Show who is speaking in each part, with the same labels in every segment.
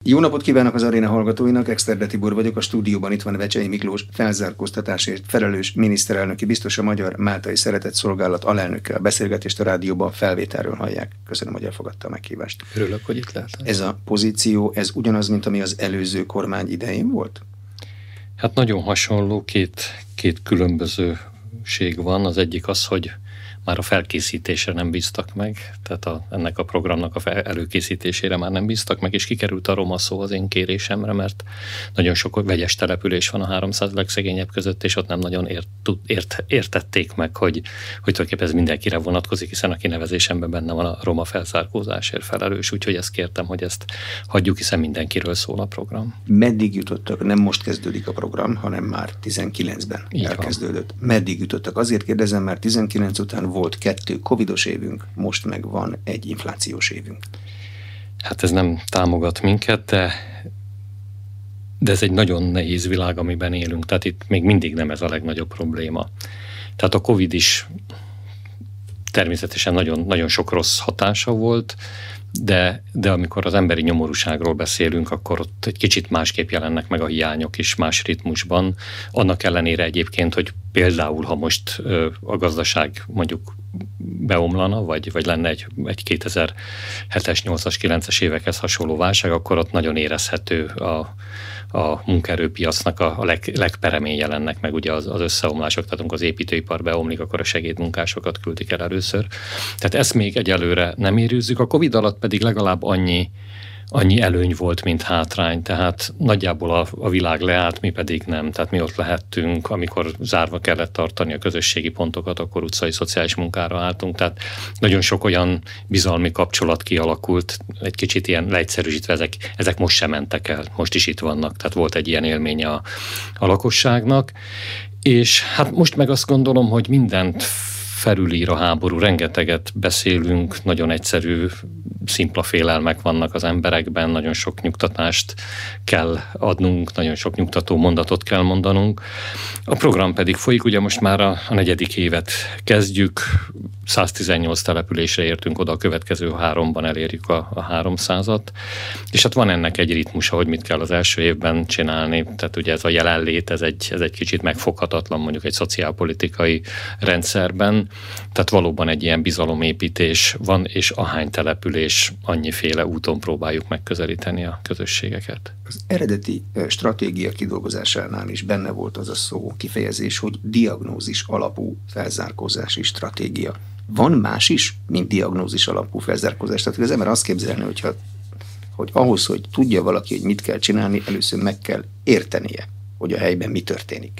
Speaker 1: Jó napot kívánok az aréna hallgatóinak, Exterde Tibor vagyok, a stúdióban itt van Vecsei Miklós, felzárkóztatásért felelős miniszterelnöki biztos, a Magyar Máltai Szeretett Szolgálat alelnöke. A beszélgetést a rádióban felvételről hallják. Köszönöm, hogy elfogadta a meghívást.
Speaker 2: Örülök, hogy itt lehetek.
Speaker 1: Ez a pozíció, ez ugyanaz, mint ami az előző kormány idején volt?
Speaker 2: Hát nagyon hasonló, két különbözőség van. Az egyik az, hogy már a felkészítésre nem bíztak meg, tehát ennek a programnak a előkészítésére már nem bíztak meg, és kikerült a roma szó az én kérésemre, mert nagyon sok vegyes település van a 300 legszegényebb között, és ott nem nagyon értették meg, hogy tulajdonképpen ez mindenkire vonatkozik, hiszen a kinevezésemben benne van a roma felzárkózásért felelős, úgyhogy ezt kértem, hogy ezt hagyjuk, hiszen mindenkiről szól a program.
Speaker 1: Meddig jutottak? Nem most kezdődik a program, hanem már 19-ben elkezdődött. Meddig jutottak? Azért kérdezem, mert 19 után volt 2 covidos évünk, most meg van egy inflációs évünk.
Speaker 2: Hát ez nem támogat minket, de ez egy nagyon nehéz világ, amiben élünk, tehát itt még mindig nem ez a legnagyobb probléma. Tehát a Covid is természetesen nagyon, nagyon sok rossz hatása volt, de amikor az emberi nyomorúságról beszélünk, akkor ott egy kicsit másképp jelennek meg a hiányok is, más ritmusban. Annak ellenére egyébként, hogy például, ha most a gazdaság mondjuk beomlana, vagy lenne egy 2007-es, 8-as, 9-es évekhez hasonló válság, akkor ott nagyon érezhető a munkaerőpiacnak a legperemén jelennek meg ugye az összeomlások, tehát amikor az építőipar beomlik, akkor a segédmunkásokat küldik el először. Tehát ezt még egyelőre nem érőzzük, a Covid alatt pedig legalább annyi előny volt, mint hátrány, tehát nagyjából a világ leállt, mi pedig nem. Tehát mi ott lehettünk, amikor zárva kellett tartani a közösségi pontokat, akkor utcai szociális munkára álltunk, tehát nagyon sok olyan bizalmi kapcsolat kialakult, egy kicsit ilyen leegyszerűsítve, ezek most sem mentek el, most is itt vannak, tehát volt egy ilyen élménye a lakosságnak, és hát most meg azt gondolom, hogy mindent felülír a háború, rengeteget beszélünk, nagyon egyszerű, szimpla félelmek vannak az emberekben, nagyon sok nyugtatást kell adnunk, nagyon sok nyugtató mondatot kell mondanunk. A program pedig folyik, ugye most már a 4. évet kezdjük, 118 településre értünk oda, a következő 3-ban elérjük a 300-at, és hát van ennek egy ritmusa, hogy mit kell az első évben csinálni, tehát ugye ez a jelenlét, ez egy kicsit megfoghatatlan mondjuk egy szociálpolitikai rendszerben, tehát valóban egy ilyen bizalomépítés van, és ahány település, annyiféle úton próbáljuk megközelíteni a közösségeket.
Speaker 1: Az eredeti stratégia kidolgozásánál is benne volt az a szó, kifejezés, hogy diagnózis alapú felzárkózási stratégia. Van más is, mint diagnózis alapú felzárkózás? Tehát az ember azt képzelni, hogy ahhoz, hogy tudja valaki, hogy mit kell csinálni, először meg kell értenie, hogy a helyben mi történik.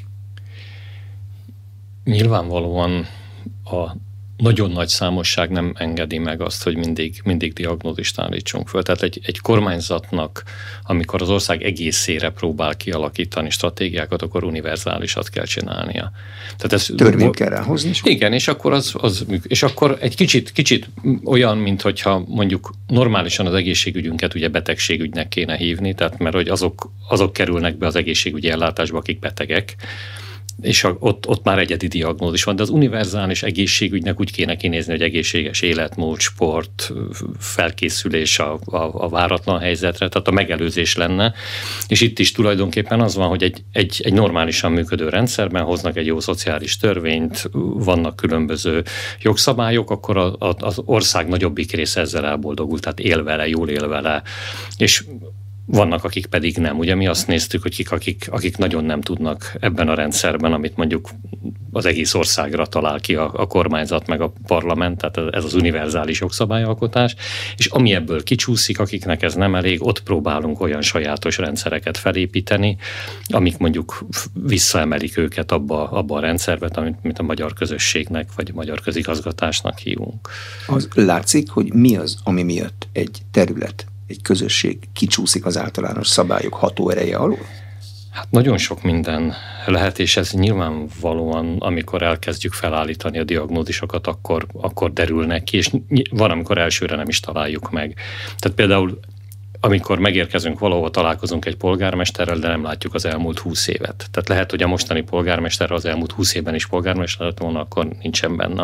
Speaker 2: Nyilvánvalóan a nagyon nagy számosság nem engedi meg azt, hogy mindig diagnózist állítsunk föl. Tehát egy kormányzatnak, amikor az ország egészére próbál kialakítani stratégiákat, akkor univerzálisat kell csinálnia. Tehát ez
Speaker 1: törvényt kell ráhozni?
Speaker 2: Igen, és akkor és akkor egy kicsit olyan, mint hogyha mondjuk normálisan az egészségügyünket ugye betegségügynek kéne hívni, tehát mert hogy azok kerülnek be az egészségügyi ellátásba, akik betegek, és ott már egyedi diagnózis van, de az univerzális egészségügynek úgy kéne kinézni, hogy egészséges életmód, sport, felkészülés a váratlan helyzetre, tehát a megelőzés lenne, és itt is tulajdonképpen az van, hogy egy normálisan működő rendszerben hoznak egy jó szociális törvényt, vannak különböző jogszabályok, akkor az ország nagyobbik része ezzel elboldogul, tehát él vele, jól él vele, és vannak, akik pedig nem. Ugye mi azt néztük, hogy akik nagyon nem tudnak ebben a rendszerben, amit mondjuk az egész országra talál ki a kormányzat meg a parlament, tehát ez az univerzális jogszabályalkotás, és ami ebből kicsúszik, akiknek ez nem elég, ott próbálunk olyan sajátos rendszereket felépíteni, amik mondjuk visszaemelik őket abba a rendszerbe, amit a magyar közösségnek, vagy a magyar közigazgatásnak hívunk.
Speaker 1: Az látszik, hogy mi az, ami miatt egy terület, egy közösség kicsúszik az általános szabályok hatóereje alól?
Speaker 2: Hát nagyon sok minden lehet, és ez nyilvánvalóan, amikor elkezdjük felállítani a diagnózisokat, akkor derülnek ki, és van, amikor elsőre nem is találjuk meg. Tehát például amikor megérkezünk valahova, találkozunk egy polgármesterrel, de nem látjuk az elmúlt 20 évet. Tehát lehet, hogy a mostani polgármester az elmúlt 20 évben is polgármester lett volna, akkor nincsen benne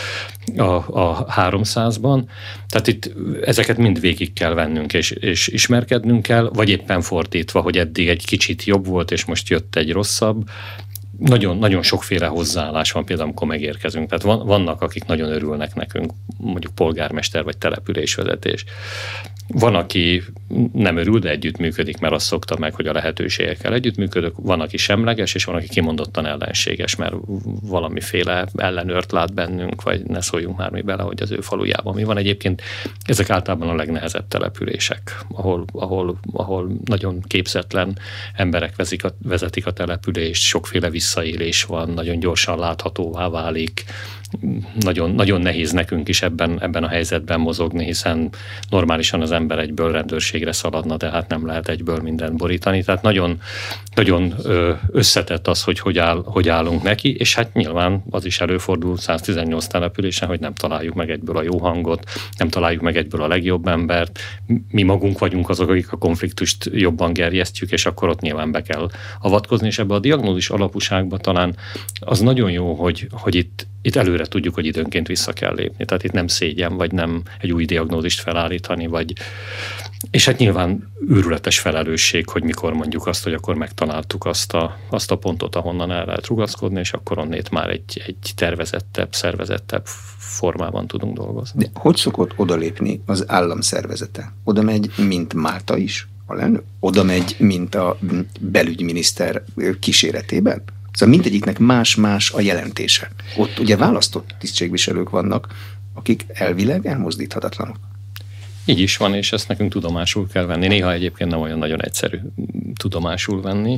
Speaker 2: a 300-ban. Tehát itt ezeket mind végig kell vennünk, és ismerkednünk kell, vagy éppen fordítva, hogy eddig egy kicsit jobb volt, és most jött egy rosszabb. Nagyon, nagyon sokféle hozzáállás van, például amikor megérkezünk. Tehát vannak, akik nagyon örülnek nekünk, mondjuk polgármester vagy településvezetés. Van, aki nem örül, de együttműködik, mert azt szokta meg, hogy a lehetőségekkel együttműködök. Van, aki semleges, és van, aki kimondottan ellenséges, mert valamiféle ellenőrt lát bennünk, vagy ne szóljunk már mi bele, hogy az ő falujában mi van. Egyébként ezek általában a legnehezebb települések, ahol nagyon képzetlen emberek vezetik a települést, sokféle visszaélés van, nagyon gyorsan láthatóvá válik. Nagyon, nagyon nehéz nekünk is ebben a helyzetben mozogni, hiszen normálisan az ember egyből rendőrségre szaladna, de hát nem lehet egyből mindent borítani. Tehát nagyon, nagyon összetett az, hogy állunk neki, és hát nyilván az is előfordul 118 településen, hogy nem találjuk meg egyből a jó hangot, nem találjuk meg egyből a legjobb embert. Mi magunk vagyunk azok, akik a konfliktust jobban gerjesztjük, és akkor ott nyilván be kell avatkozni, és ebbe a diagnózis alapúságban talán az nagyon jó, hogy itt előre tudjuk, hogy időnként vissza kell lépni. Tehát itt nem szégyen, vagy nem egy új diagnózist felállítani, és hát nyilván őrületes felelősség, hogy mikor mondjuk azt, hogy akkor megtaláltuk azt a pontot, ahonnan el lehet rugaszkodni, és akkor onnét már egy tervezettebb, szervezettebb formában tudunk dolgozni.
Speaker 1: De hogy szokott odalépni az állam szervezete? Oda megy, mint Málta is, alelnök? Oda megy, mint a belügyminiszter kíséretében? Szóval mindegyiknek más-más a jelentése. Ott ugye választott tisztségviselők vannak, akik elvileg elmozdíthatatlanok.
Speaker 2: Így is van, és ezt nekünk tudomásul kell venni. Néha egyébként nem olyan nagyon egyszerű tudomásul venni.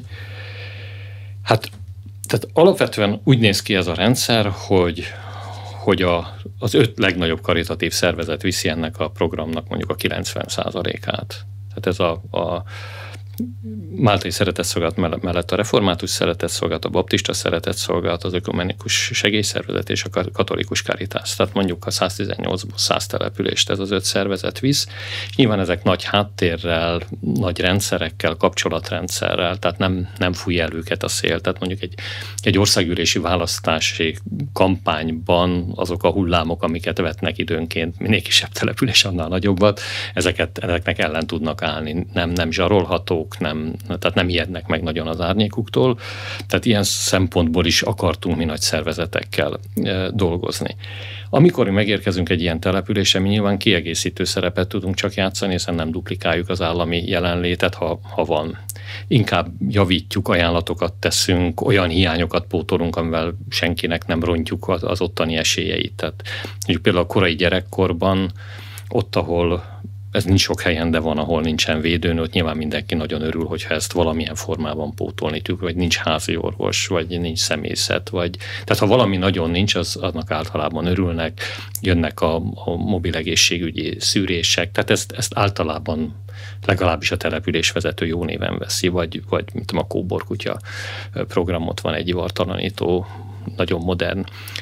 Speaker 2: Hát, tehát alapvetően úgy néz ki ez a rendszer, hogy az 5 legnagyobb karitatív szervezet viszi ennek a programnak mondjuk a 90%-át. Tehát ez a Máltai Szeretetszolgálat mellett a Református Szeretetszolgálat, a Baptista Szeretetszolgálat, az Ökumenikus Segélyszervezet és a Katolikus Caritas. Tehát mondjuk a 118-ból 100 települést ez az 5 szervezet visz. Nyilván ezek nagy háttérrel, nagy rendszerekkel, kapcsolatrendszerrel, tehát nem fújja el őket a szél. Tehát mondjuk egy országgyűlési választási kampányban azok a hullámok, amiket vetnek időnként, minél kisebb település, annál nagyobbat, ezeknek ellen tudnak állni. Nem zsarolhatók, tehát nem ijednek meg nagyon az árnyékuktól. Tehát ilyen szempontból is akartunk mi nagy szervezetekkel dolgozni. Amikor mi megérkezünk egy ilyen településre, mi nyilván kiegészítő szerepet tudunk csak játszani, hiszen nem duplikáljuk az állami jelenlétet, ha van. Inkább javítjuk, ajánlatokat teszünk, olyan hiányokat pótolunk, amivel senkinek nem rontjuk az ottani esélyeit. Tehát mondjuk például a korai gyerekkorban, ott, ahol ez nincs sok helyen, de van, ahol nincsen védőnő, ott nyilván mindenki nagyon örül, hogyha ezt valamilyen formában pótolni tudjuk, vagy nincs házi orvos, vagy nincs személyzet, tehát ha valami nagyon nincs, annak általában örülnek, jönnek a mobil egészségügyi szűrések, tehát ezt általában legalábbis a településvezető jó néven veszi, vagy mint a Kóborkutya programot van egy ivartalanító, nagyon modern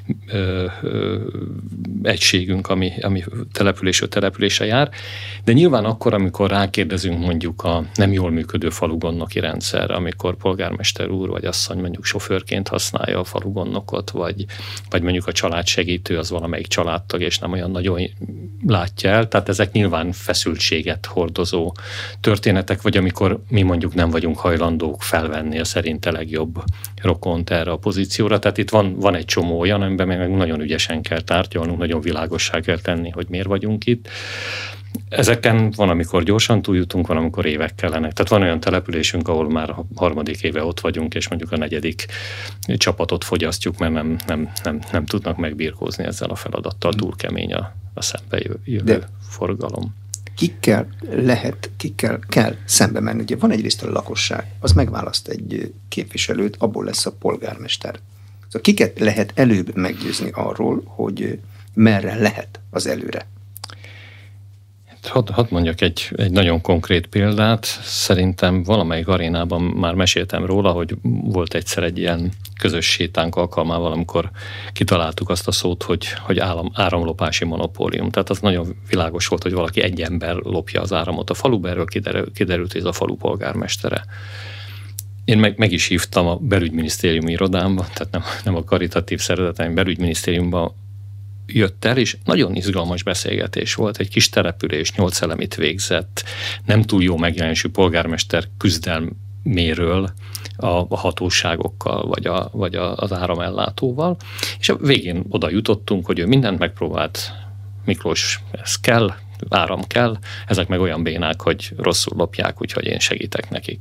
Speaker 2: egységünk, ami településről településre jár. De nyilván akkor, amikor rákérdezünk mondjuk a nem jól működő falugonnoki rendszerre, amikor polgármester úr vagy asszony mondjuk sofőrként használja a falugonnokot, vagy mondjuk a családsegítő az valamelyik családtag, és nem olyan nagyon látja el. Tehát ezek nyilván feszültséget hordozó történetek, vagy amikor mi mondjuk nem vagyunk hajlandók felvenni a szerinte legjobb rokont erre a pozícióra. Tehát itt van egy csomó olyan, amiben meg nagyon ügyesen kell tárgyalnunk, nagyon világossá kell tenni, hogy miért vagyunk itt. Ezeken van, amikor gyorsan túljutunk, van, amikor évek kellenek. Tehát van olyan településünk, ahol már a 3. éve ott vagyunk, és mondjuk a 4. csapatot fogyasztjuk, mert nem tudnak megbirkózni ezzel a feladattal. Túl kemény a szembe jövő forgalom.
Speaker 1: Kikkel kell szembe menni. Ugye van egyrészt a lakosság, az megválaszt egy képviselőt, abból lesz a polgármester. Szóval kiket lehet előbb meggyőzni arról, hogy merre lehet az előre?
Speaker 2: Hadd mondjak egy nagyon konkrét példát. Szerintem valamelyik arénában már meséltem róla, hogy volt egyszer egy ilyen közös sétánk alkalmával, amikor kitaláltuk azt a szót, hogy áramlopási monopólium. Tehát az nagyon világos volt, hogy valaki egy ember lopja az áramot a faluba, erről kiderült, hogy ez a falu polgármestere. Én meg is hívtam a belügyminisztériumi irodámba, tehát nem a karitatív szervezetem, belügyminisztériumban jött el, és nagyon izgalmas beszélgetés volt, egy kis település, 8 elemit végzett, nem túl jó megjelenésű polgármester küzdelméről a hatóságokkal, vagy az áramellátóval, és a végén oda jutottunk, hogy ő mindent megpróbált, Miklós, ez kell, áram kell, ezek meg olyan bénák, hogy rosszul lopják, úgyhogy én segítek nekik.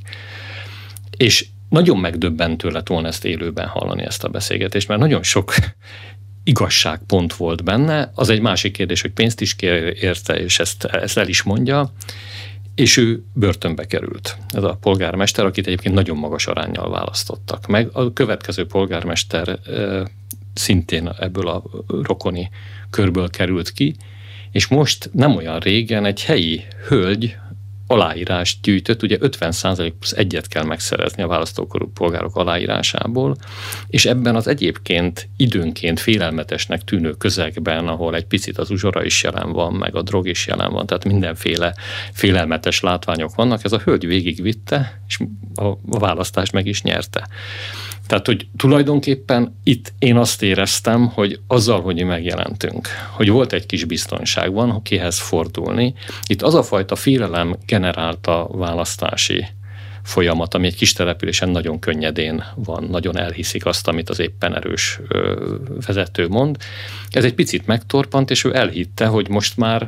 Speaker 2: És nagyon megdöbbentő lett volna ezt élőben hallani, ezt a beszélgetést, mert nagyon sok igazságpont volt benne. Az egy másik kérdés, hogy pénzt is kér érte, és ezt el is mondja, és ő börtönbe került. Ez a polgármester, akit egyébként nagyon magas aránnyal választottak meg. A következő polgármester szintén ebből a rokoni körből került ki, és most nem olyan régen egy helyi hölgy aláírást gyűjtött, ugye 50% plusz egyet kell megszerezni a választókorú polgárok aláírásából, és ebben az egyébként időnként félelmetesnek tűnő közegben, ahol egy picit az uzsora is jelen van, meg a drog is jelen van, tehát mindenféle félelmetes látványok vannak, ez a hölgy végigvitte, és a választást meg is nyerte. Tehát, hogy tulajdonképpen itt én azt éreztem, hogy azzal, hogy mi megjelentünk, hogy volt egy kis biztonság, van kihez fordulni. Itt az a fajta félelem generálta választási folyamat, ami egy kis településen nagyon könnyedén van, nagyon elhiszik azt, amit az éppen erős vezető mond. Ez egy picit megtorpant, és ő elhitte, hogy most már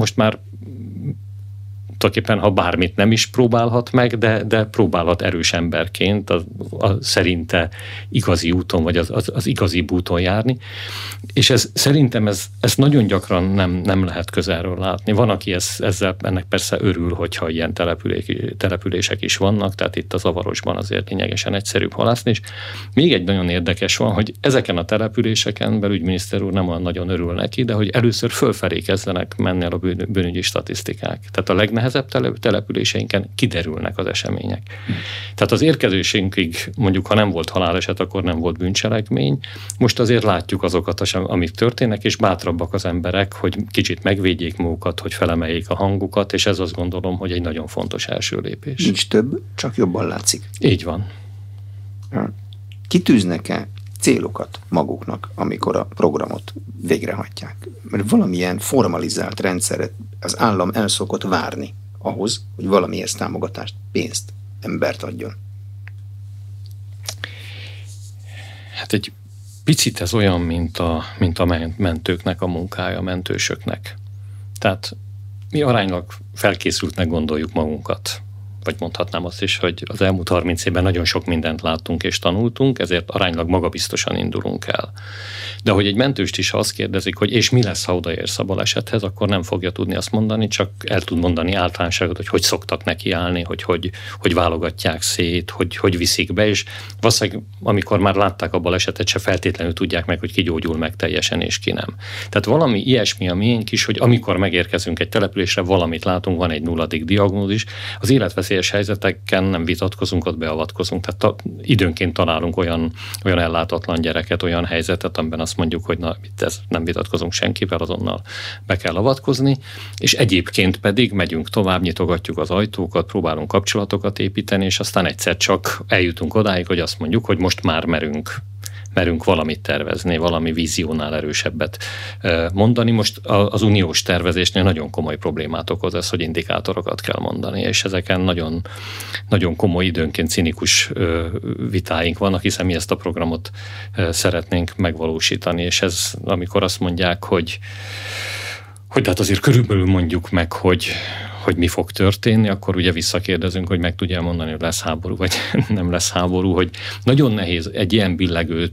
Speaker 2: tulajdonképpen, ha bármit nem is próbálhat meg, de próbálhat erős emberként a szerinte igazi úton, vagy az igazi úton járni. És szerintem ez nagyon gyakran nem lehet közelről látni. Van, aki ennek persze örül, hogyha ilyen települések is vannak, tehát itt a Zavarosban azért lényegesen egyszerűbb halászni. És még egy nagyon érdekes van, hogy ezeken a településeken belügyminiszter úr nem olyan nagyon örül neki, de hogy először fölfelé kezdenek menni a bűnügyi statisztikák. Tehát a legnehezebb településeinken kiderülnek az események. Tehát az érkezésünkig, mondjuk, ha nem volt haláleset, akkor nem volt bűncselekmény. Most azért látjuk azokat, amik történnek, és bátrabbak az emberek, hogy kicsit megvédjék magukat, hogy felemeljék a hangukat, és ez azt gondolom, hogy egy nagyon fontos első lépés.
Speaker 1: Nincs több, csak jobban látszik.
Speaker 2: Így van.
Speaker 1: Kitűznek-e célokat maguknak, amikor a programot végrehajtják? Mert valamilyen formalizált rendszeret az állam el szokott várni ahhoz, hogy valamihez támogatást, pénzt, embert adjon.
Speaker 2: Hát egy picit ez olyan, mint a mentőknek a munkája, a mentősöknek. Tehát mi aránylag felkészültnek gondoljuk magunkat. Vagy mondhatnám azt is, hogy az elmúlt 30 évben nagyon sok mindent láttunk és tanultunk, ezért aránylag magabiztosan indulunk el. De hogy egy mentőst is, ha azt kérdezik, hogy és mi lesz, ha odaérsz a balesethez, akkor nem fogja tudni azt mondani, csak el tud mondani általánosságot, hogy szoktak nekiállni, hogy válogatják szét, hogy viszik be, és valószínűleg amikor már látták a balesetet, se feltétlenül tudják meg, hogy ki gyógyul meg teljesen és ki nem. Tehát valami ilyesmi a miénk is, hogy amikor megérkezünk egy településre, valamit látunk, van egy nulladik diagnózis, az életveszélyes helyzeteken nem vitatkozunk, ott beavatkozunk. Tehát időnként találunk olyan ellátatlan gyereket, olyan helyzetet, amiben azt mondjuk, hogy na, itt nem vitatkozunk senkivel, azonnal be kell avatkozni, és egyébként pedig megyünk tovább, nyitogatjuk az ajtókat, próbálunk kapcsolatokat építeni, és aztán egyszer csak eljutunk odáig, hogy azt mondjuk, hogy most már merünk valamit tervezni, valami víziónál erősebbet mondani. Most az uniós tervezésnél nagyon komoly problémát okoz ez, hogy indikátorokat kell mondani, és ezeken nagyon, nagyon komoly, időnként cinikus vitáink vannak, hiszen mi ezt a programot szeretnénk megvalósítani, és ez, amikor azt mondják, hogy hát azért körülbelül mondjuk meg, hogy mi fog történni, akkor ugye visszakérdezünk, hogy meg tudja mondani, hogy lesz háború, vagy nem lesz háború, hogy nagyon nehéz egy ilyen billegő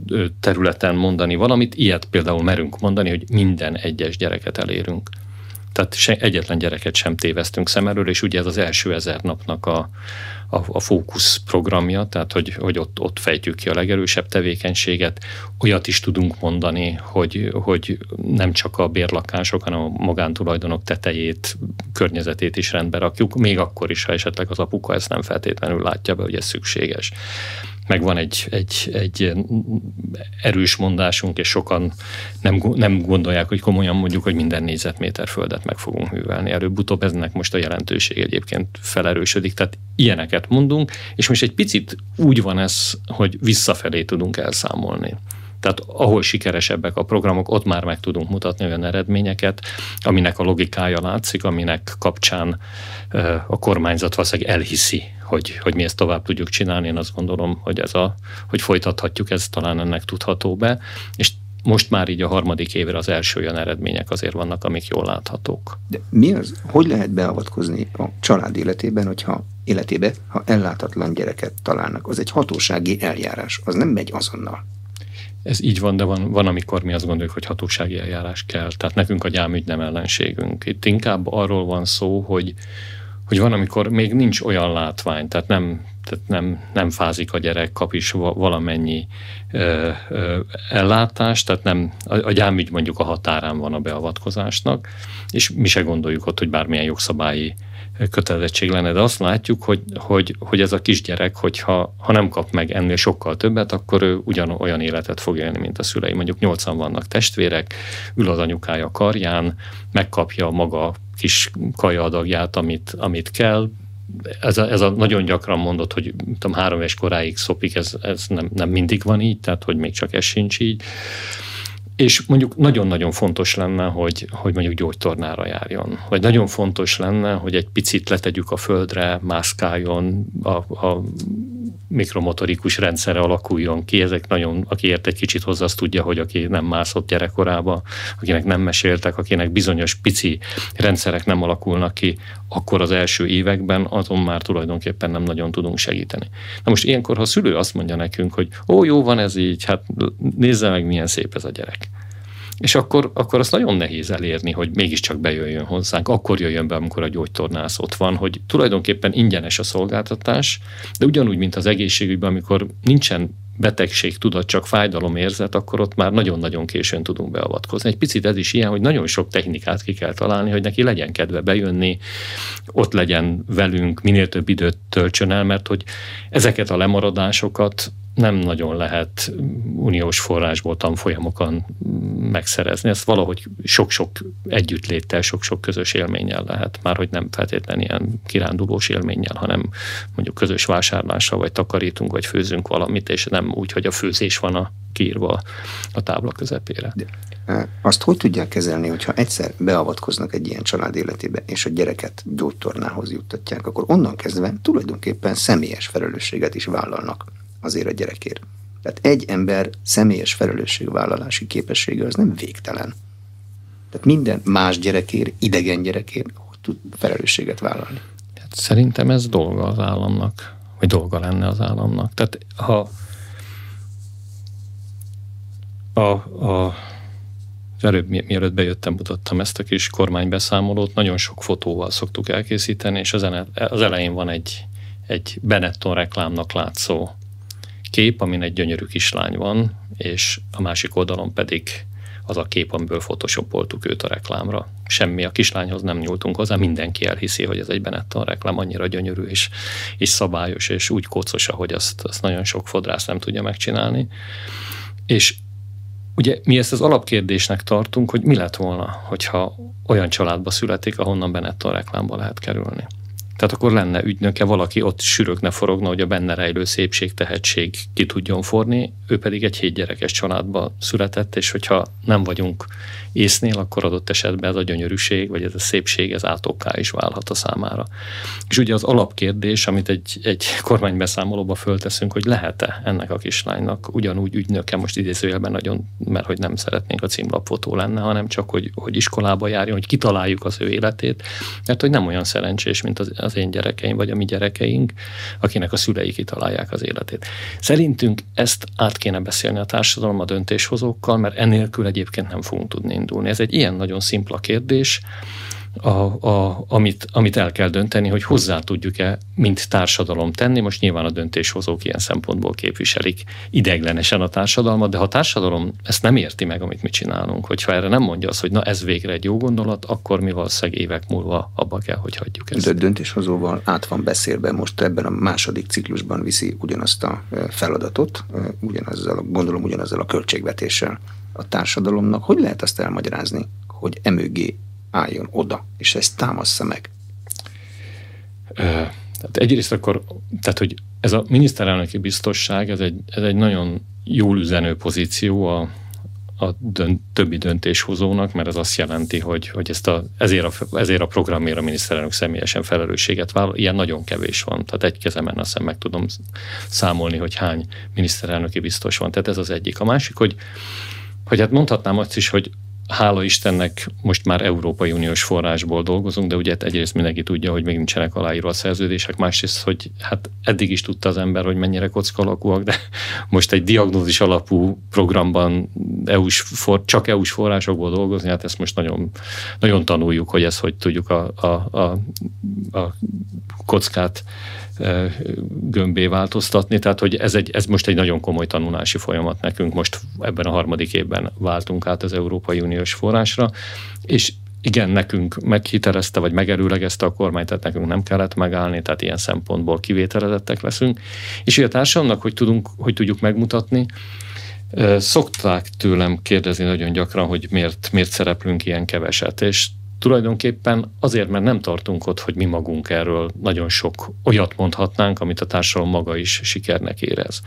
Speaker 2: területen mondani valamit, ilyet például merünk mondani, hogy minden egyes gyereket elérünk. Tehát egyetlen gyereket sem téveztünk szem elől, és ugye ez az első 1000 napnak a fókusz programja, tehát hogy ott fejtjük ki a legerősebb tevékenységet. Olyat is tudunk mondani, hogy nem csak a bérlakások, hanem a magántulajdonok tetejét, környezetét is rendbe rakjuk, még akkor is, ha esetleg az apuka ezt nem feltétlenül látja be, hogy ez szükséges. Meg van egy erős mondásunk, és sokan nem gondolják, hogy komolyan mondjuk, hogy minden négyzetméter földet meg fogunk művelni. Előbb-utóbb ennek most a jelentőség egyébként felerősödik. Tehát ilyeneket mondunk, és most egy picit úgy van ez, hogy visszafelé tudunk elszámolni. Tehát ahol sikeresebbek a programok, ott már meg tudunk mutatni olyan eredményeket, aminek a logikája látszik, aminek kapcsán a kormányzat valószínűleg elhiszi, hogy mi ezt tovább tudjuk csinálni. Én azt gondolom, hogy hogy folytathatjuk, ez talán ennek tudható be, és most már így a 3. évre az első olyan eredmények azért vannak, amik jól láthatók.
Speaker 1: De mi az? Hogy lehet beavatkozni a család életébe, ha ellátatlan gyereket találnak? Az egy hatósági eljárás, az nem megy azonnal.
Speaker 2: Ez így van, de van, amikor mi azt gondoljuk, hogy hatósági eljárás kell. Tehát nekünk a gyámügy nem ellenségünk. Itt inkább arról van szó, hogy van, amikor még nincs olyan látvány, tehát nem fázik a gyerek, kap is valamennyi ellátást, tehát nem, a gyámügy mondjuk a határán van a beavatkozásnak, és mi se gondoljuk ott, hogy bármilyen jogszabályi kötelezettség lenne, de azt látjuk, hogy ez a kisgyerek, hogyha nem kap meg ennél sokkal többet, akkor ő ugyanolyan életet fog élni, mint a szülei. Mondjuk 8-an vannak testvérek, ül az anyukája karján, megkapja maga kis kajaadagját, amit kell. Ez a nagyon gyakran mondott, hogy 3 éves koráig szopik, ez nem mindig van így, tehát hogy még csak ez sincs így. És mondjuk nagyon-nagyon fontos lenne, hogy mondjuk gyógytornára járjon. Vagy nagyon fontos lenne, hogy egy picit letegyük a földre, mászkáljon, a mikromotorikus rendszere alakuljon ki. Ezek nagyon, aki ért egy kicsit hozzá, azt tudja, hogy aki nem mászott gyerekkorába, akinek nem meséltek, akinek bizonyos pici rendszerek nem alakulnak ki, akkor az első években azon már tulajdonképpen nem nagyon tudunk segíteni. Na most ilyenkor, ha a szülő azt mondja nekünk, hogy jó van ez így, hát nézze meg, milyen szép ez a gyerek. És akkor azt nagyon nehéz elérni, hogy mégiscsak bejöjjön hozzánk. Akkor jöjjön be, amikor a gyógytornász ott van, hogy tulajdonképpen ingyenes a szolgáltatás, de ugyanúgy, mint az egészségügyben, amikor nincsen betegség tudat, csak fájdalomérzet, akkor ott már nagyon-nagyon későn tudunk beavatkozni. Egy picit ez is ilyen, hogy nagyon sok technikát ki kell találni, hogy neki legyen kedve bejönni, ott legyen velünk, minél több időt töltsön el, mert hogy ezeket a lemaradásokat nem nagyon lehet uniós forrásból tanfolyamokon megszerezni. Ezt valahogy sok-sok együttléttel, sok-sok közös élménnyel lehet. Már hogy nem feltétlenül ilyen kirándulós élménnyel, hanem mondjuk közös vásárlással, vagy takarítunk, vagy főzünk valamit, és nem úgy, hogy a főzés van kiírva a tábla közepére.
Speaker 1: De azt hogy tudják kezelni, hogyha egyszer beavatkoznak egy ilyen család életébe, és a gyereket gyógytornához juttatják, akkor onnan kezdve tulajdonképpen személyes felelősséget is vállalnak azért a gyerekért. Tehát egy ember személyes felelősségvállalási képessége az nem végtelen. Tehát minden más gyerekért, idegen gyerekért tud felelősséget vállalni.
Speaker 2: Hát szerintem ez dolga az államnak, vagy dolga lenne az államnak. Tehát ha az előbb, mielőtt bejöttem, mutattam ezt a kis kormánybeszámolót, nagyon sok fotóval szoktuk elkészíteni, és az elején van egy Benetton reklámnak látszó kép, amin egy gyönyörű kislány van, és a másik oldalon pedig az a kép, amiből photoshopoltuk őt a reklámra. Semmi, a kislányhoz nem nyúltunk hozzá, mindenki elhiszi, hogy ez egy Benetton reklám, annyira gyönyörű és szabályos, és úgy kócos, ahogy azt nagyon sok fodrász nem tudja megcsinálni. És ugye mi ezt az alapkérdésnek tartunk, hogy mi lett volna, hogyha olyan családba születik, ahonnan Benetton reklámba lehet kerülni. Tehát akkor lenne ügynöke, valaki ott sürögne, forogna, hogy a benne rejlő szépség, tehetség ki tudjon forni, ő pedig egy 7 gyerekes családba született, és hogyha nem vagyunk észnél, akkor adott esetben ez a gyönyörűség, vagy ez a szépség, ez átokká is válhat a számára. És ugye az alapkérdés, amit egy kormánybeszámolóba fölteszünk, hogy lehet-e ennek a kislánynak ugyanúgy ügynöke, most idézőjelben nagyon, mert hogy nem szeretnénk a címlapfotó lenne, hanem csak, hogy iskolába járjon, hogy kitaláljuk az ő életét, mert hogy nem olyan szerencsés, mint az én gyerekeim, vagy a mi gyerekeink, akinek a szülei kitalálják az életét. Szerintünk ezt át kéne beszélni a társadalom, a döntéshozókkal, mert enélkül egyébként nem fogunk tudni indulni. Ez egy ilyen nagyon szimpla kérdés, amit el kell dönteni, hogy hozzá tudjuk-e, mint társadalom tenni. Most nyilván a döntéshozók ilyen szempontból képviselik ideiglenesen a társadalmat, de ha a társadalom ezt nem érti meg, amit mi csinálunk, hogyha erre nem mondja azt, hogy na ez végre egy jó gondolat, akkor mi valószínűleg évek múlva abba kell, hogy hagyjuk ezt.
Speaker 1: De a döntéshozóval át van beszélve, most ebben a második ciklusban viszi ugyanazt a feladatot, gondolom ugyanazzal a költségvetéssel a társadalomnak. Hogy lehet azt elmagyarázni, hogy emögé álljon oda, és ezt támassza meg?
Speaker 2: Tehát egyrészt akkor, hogy ez a miniszterelnöki biztosság, ez egy nagyon jól üzenő pozíció a többi döntéshozónak, mert ez azt jelenti, hogy ezért a programért a miniszterelnök személyesen felelősséget vállal. Ilyen nagyon kevés van. Tehát egy kezemen azt hiszem meg tudom számolni, hogy hány miniszterelnöki biztos van. Tehát ez az egyik. A másik, hogy hát mondhatnám azt is, hogy hála Istennek most már Európai Uniós forrásból dolgozunk, de ugye egyrészt mindenki tudja, hogy még nincsenek aláírva a szerződések, másrészt, hogy hát eddig is tudta az ember, hogy mennyire kocka alakúak, de most egy diagnózis alapú programban csak EU-s forrásokból dolgozni, hát ezt most nagyon, nagyon tanuljuk, hogy ezt hogy tudjuk a kockát gömbé változtatni, tehát hogy ez most egy nagyon komoly tanulási folyamat nekünk, most ebben a 3. évben váltunk át az Európai Uniós forrásra, és igen, nekünk meghitelezte, vagy megerőlegezte a kormány, tehát nekünk nem kellett megállni, tehát ilyen szempontból kivételezettek leszünk. És ugye a társadalomnak, hogy tudjuk megmutatni, szokták tőlem kérdezni nagyon gyakran, hogy miért szereplünk ilyen keveset, és tulajdonképpen azért, mert nem tartunk ott, hogy mi magunk erről nagyon sok olyat mondhatnánk, amit a társadalom maga is sikernek érez.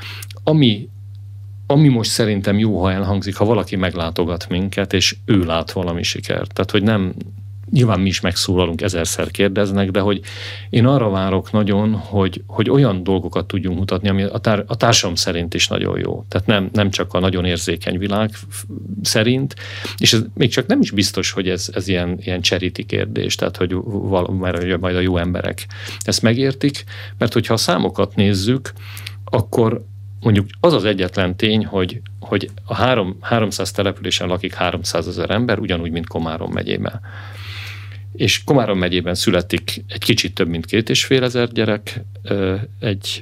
Speaker 2: Ami most szerintem jó, ha elhangzik, ha valaki meglátogat minket, és ő lát valami sikert. Tehát, hogy nem, nyilván mi is megszólalunk, 1000-szer kérdeznek, de hogy én arra várok nagyon, hogy olyan dolgokat tudjunk mutatni, ami a társadalom szerint is nagyon jó. Tehát nem csak a nagyon érzékeny világ szerint, és ez még csak nem is biztos, hogy ez ilyen charity kérdés, tehát mert majd a jó emberek ezt megértik, mert hogyha a számokat nézzük, akkor mondjuk az egyetlen tény, hogy a 300 településen lakik 300 000 ember, ugyanúgy, mint Komárom megyében. És Komárom megyében születik egy kicsit több, mint 2500 gyerek egy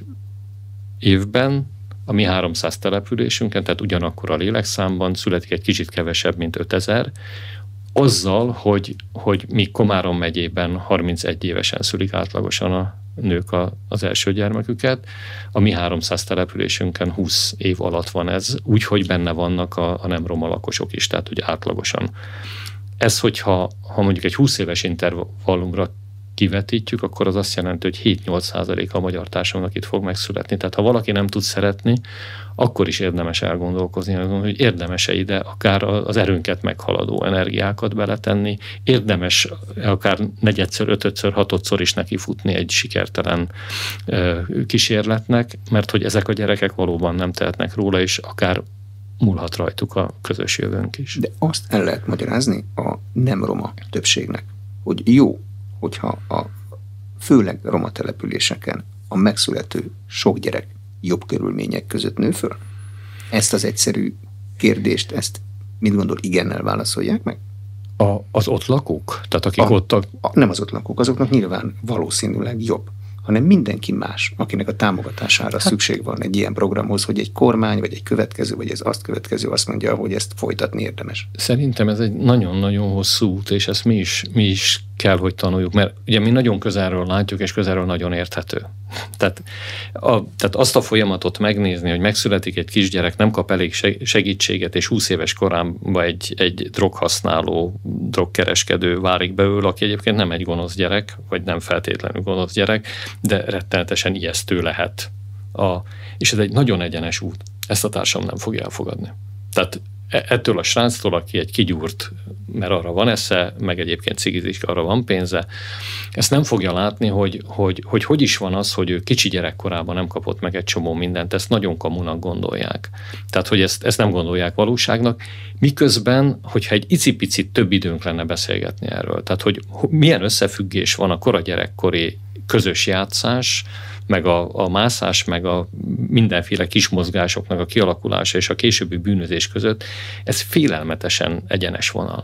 Speaker 2: évben, a mi 300 településünken, tehát ugyanakkor a lélekszámban születik egy kicsit kevesebb, mint 5000, azzal, hogy mi Komárom megyében 31 évesen szülik átlagosan a nők az első gyermeküket, a mi 300 településünkön 20 év alatt van ez, úgyhogy benne vannak a nem roma lakosok is, tehát ugye átlagosan. Ez, hogyha mondjuk egy 20 éves intervallumra kivetítjük, akkor az azt jelenti, hogy 7-8% a magyar társadalomnak itt fog megszületni. Tehát ha valaki nem tud szeretni, akkor is érdemes elgondolkozni, hogy érdemes-e ide akár az erőnket meghaladó energiákat beletenni, érdemes akár 4-szer, 5-ször, 6-szor is nekifutni egy sikertelen kísérletnek, mert hogy ezek a gyerekek valóban nem tehetnek róla, és akár múlhat rajtuk a közös jövőnk is.
Speaker 1: De azt el lehet magyarázni a nem roma többségnek, hogy jó, hogyha főleg roma településeken a megszülető sok gyerek jobb körülmények között nő föl? Ezt az egyszerű kérdést, ezt mit gondol, igennel válaszolják meg?
Speaker 2: Az ott lakók? Tehát akik
Speaker 1: nem az ott lakók, azoknak nyilván valószínűleg jobb, hanem mindenki más, akinek a támogatására szükség van egy ilyen programhoz, hogy egy kormány, vagy egy következő, vagy ez azt következő azt mondja, hogy ezt folytatni érdemes.
Speaker 2: Szerintem ez egy nagyon-nagyon hosszú út, és ezt mi is kell, hogy tanuljuk, mert ugye mi nagyon közelről látjuk, és közelről nagyon érthető. Tehát azt a folyamatot megnézni, hogy megszületik egy kisgyerek, nem kap elég segítséget, és 20 éves korában egy droghasználó, drogkereskedő válik belőle, aki egyébként nem egy gonosz gyerek, vagy nem feltétlenül gonosz gyerek, de rettenetesen ijesztő lehet. És ez egy nagyon egyenes út. Ezt a társam nem fogja elfogadni. Tehát ettől a sráctól, aki egy kigyúrt, mert arra van esze, meg egyébként cigizik, arra van pénze, ezt nem fogja látni, hogy is van az, hogy ő kicsi gyerekkorában nem kapott meg egy csomó mindent, ezt nagyon kamunak gondolják. Tehát, hogy ezt nem gondolják valóságnak, miközben, hogyha egy icipicit több időnk lenne beszélgetni erről, tehát, hogy milyen összefüggés van a kora gyerekkori közös játszás, meg a mászás, meg a mindenféle kis mozgásoknak a kialakulása és a későbbi bűnözés között, ez félelmetesen egyenes vonal.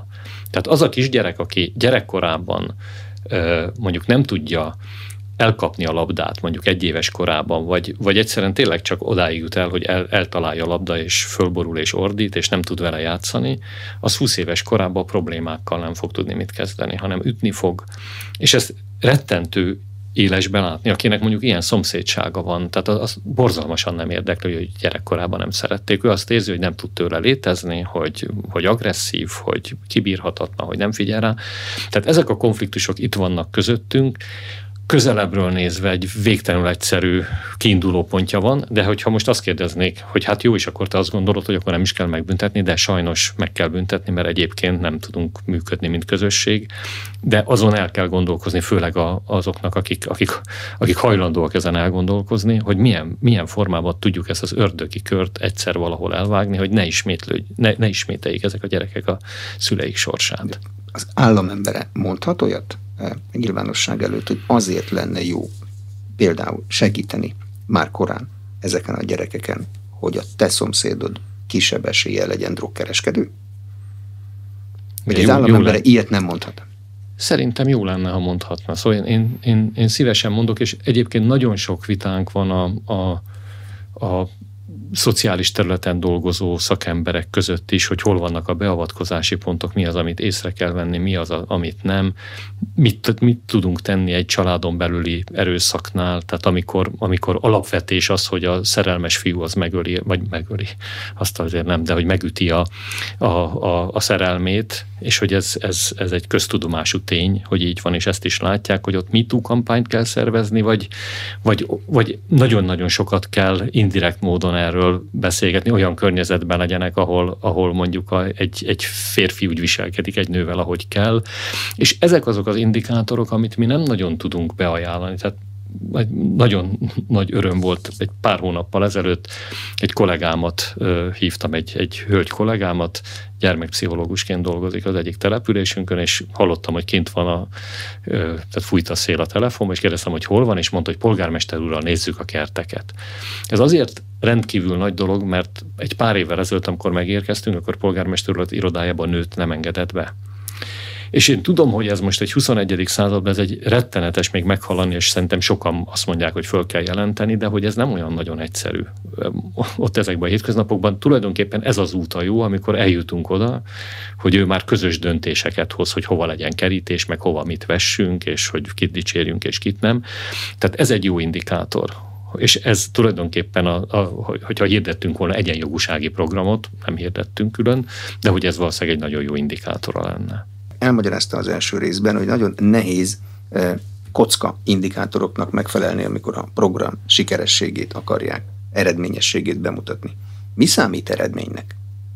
Speaker 2: Tehát az a kisgyerek, aki gyerekkorában mondjuk nem tudja elkapni a labdát mondjuk 1 éves korában, vagy egyszerűen tényleg csak odáig jut el, hogy eltalálja a labda, és fölborul és ordít, és nem tud vele játszani, az 20 éves korában problémákkal nem fog tudni mit kezdeni, hanem ütni fog. És ez rettentő élesben látni, akinek mondjuk ilyen szomszédsága van, tehát az borzalmasan nem érdekli, hogy gyerekkorában nem szerették. Ő azt érzi, hogy nem tud tőle létezni, hogy agresszív, hogy kibírhatatlan, hogy nem figyel rá. Tehát ezek a konfliktusok itt vannak közöttünk, közelebbről nézve egy végtelenül egyszerű kiinduló pontja van, de hogyha most azt kérdeznék, hogy hát jó, és akkor te azt gondolod, hogy akkor nem is kell megbüntetni, de sajnos meg kell büntetni, mert egyébként nem tudunk működni, mint közösség, de azon el kell gondolkozni, főleg azoknak, akik hajlandóak ezen elgondolkozni, hogy milyen formában tudjuk ezt az ördögi kört egyszer valahol elvágni, hogy ne ismételjék ezek a gyerekek a szüleik sorsát.
Speaker 1: Az államembere mondhat olyat nyilvánosság előtt, hogy azért lenne jó például segíteni már korán ezeken a gyerekeken, hogy a te szomszédod kisebb eséllyel legyen drogkereskedő? Vagy az államembere ilyet nem mondhat?
Speaker 2: Szerintem jó lenne, ha mondhatna. Szóval én szívesen mondok, és egyébként nagyon sok vitánk van a szociális területen dolgozó szakemberek között is, hogy hol vannak a beavatkozási pontok, mi az, amit észre kell venni, mi az, amit nem, mit tudunk tenni egy családon belüli erőszaknál, tehát amikor alapvetés az, hogy a szerelmes fiú az megöli, azt azért nem, de hogy megüti a szerelmét, és hogy ez egy köztudomású tény, hogy így van, és ezt is látják, hogy ott MeToo kampányt kell szervezni, vagy nagyon-nagyon sokat kell indirekt módon erről beszélgetni, olyan környezetben legyenek, ahol mondjuk egy férfi úgy viselkedik egy nővel, ahogy kell. És ezek azok az indikátorok, amit mi nem nagyon tudunk beajánlani. Tehát nagyon nagy öröm volt egy pár hónappal ezelőtt, egy kollégámat hívtam, egy hölgy kollégámat, gyermekpszichológusként dolgozik az egyik településünkön, és hallottam, hogy kint van tehát fújt a szél a telefonba, és kérdeztem, hogy hol van, és mondta, hogy polgármester úrral nézzük a kerteket. Ez azért rendkívül nagy dolog, mert egy pár évvel ezelőtt, amikor megérkeztünk, akkor polgármester úr irodájában nőt nem engedett be. És én tudom, hogy ez most egy 21. században, ez egy rettenetes még meghallani, és szerintem sokan azt mondják, hogy föl kell jelenteni, de hogy ez nem olyan nagyon egyszerű. Ott ezekben a hétköznapokban tulajdonképpen ez az út a jó, amikor eljutunk oda, hogy ő már közös döntéseket hoz, hogy hova legyen kerítés, meg hova mit vessünk, és hogy kit dicsérjünk, és kit nem. Tehát ez egy jó indikátor. És ez tulajdonképpen, hogyha hirdettünk volna egyenjogúsági programot, nem hirdettünk külön, de hogy ez valószínűleg egy nagyon jó indikátora lenne.
Speaker 1: Elmagyarázta az első részben, hogy nagyon nehéz kocka indikátoroknak megfelelni, amikor a program sikerességét akarják, eredményességét bemutatni. Mi számít eredménynek?